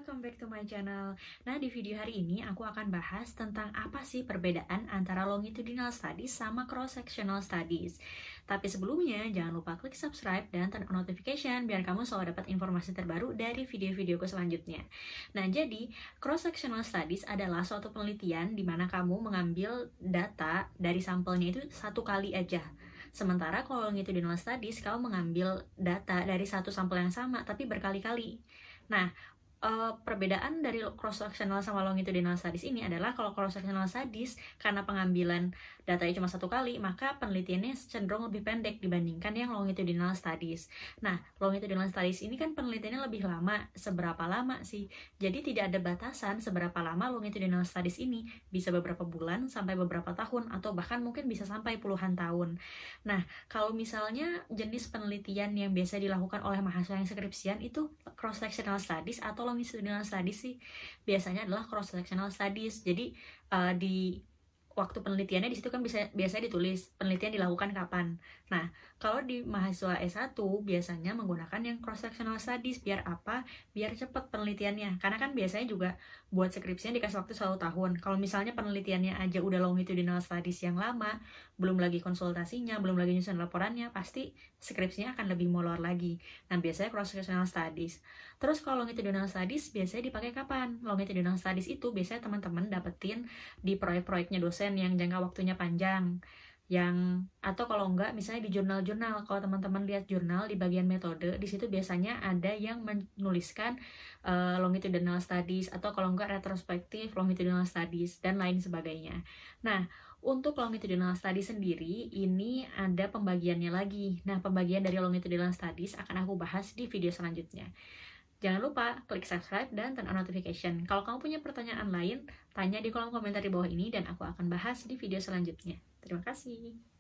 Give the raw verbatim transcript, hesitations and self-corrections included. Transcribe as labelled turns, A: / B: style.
A: welcome back to my channel. Nah, di video hari ini aku akan bahas tentang apa sih perbedaan antara longitudinal studies sama cross-sectional studies. Tapi sebelumnya, jangan lupa klik subscribe dan turn on notification biar kamu selalu dapat informasi terbaru dari video-videoku selanjutnya. Nah, jadi cross-sectional studies adalah suatu penelitian di mana kamu mengambil data dari sampelnya itu satu kali aja. Sementara kalau longitudinal studies, kamu mengambil data dari satu sampel yang sama tapi berkali-kali. Nah, Uh, perbedaan dari cross-sectional sama longitudinal studies ini adalah kalau cross-sectional studies karena pengambilan datanya cuma satu kali, maka penelitiannya cenderung lebih pendek dibandingkan yang longitudinal studies. Nah, longitudinal studies ini kan penelitiannya lebih lama. Seberapa lama sih? Jadi tidak ada batasan seberapa lama longitudinal studies ini, bisa beberapa bulan sampai beberapa tahun atau bahkan mungkin bisa sampai puluhan tahun. Nah, kalau misalnya jenis penelitian yang biasa dilakukan oleh mahasiswa yang skripsian itu cross-sectional studies atau longitudinal studies sih, biasanya adalah cross-sectional studies. Jadi uh, di waktu penelitiannya di situ kan bisa biasanya ditulis penelitian dilakukan kapan. Nah, kalau di mahasiswa S satu biasanya menggunakan yang cross-sectional studies. Biar apa? Biar cepat penelitiannya. Karena kan biasanya juga buat skripsinya dikasih waktu satu tahun. Kalau misalnya penelitiannya aja udah longitudinal studies yang lama, belum lagi konsultasinya, belum lagi nyusun laporannya, pasti skripsinya akan lebih molor lagi. Nah, biasanya cross-sectional studies. Terus kalau longitudinal studies biasanya dipakai kapan? Longitudinal studies itu biasanya teman-teman dapetin di proyek-proyeknya dosen yang jangka waktunya panjang, yang atau kalau enggak misalnya di jurnal-jurnal. Kalau teman-teman lihat jurnal di bagian metode, di situ biasanya ada yang menuliskan uh, longitudinal studies atau kalau enggak retrospektif longitudinal studies dan lain sebagainya. Nah, untuk longitudinal studies sendiri ini ada pembagiannya lagi. Nah, pembagian dari longitudinal studies akan aku bahas di video selanjutnya. Jangan lupa klik subscribe dan turn on notification. Kalau kamu punya pertanyaan lain, tanya di kolom komentar di bawah ini dan aku akan bahas di video selanjutnya. Terima kasih.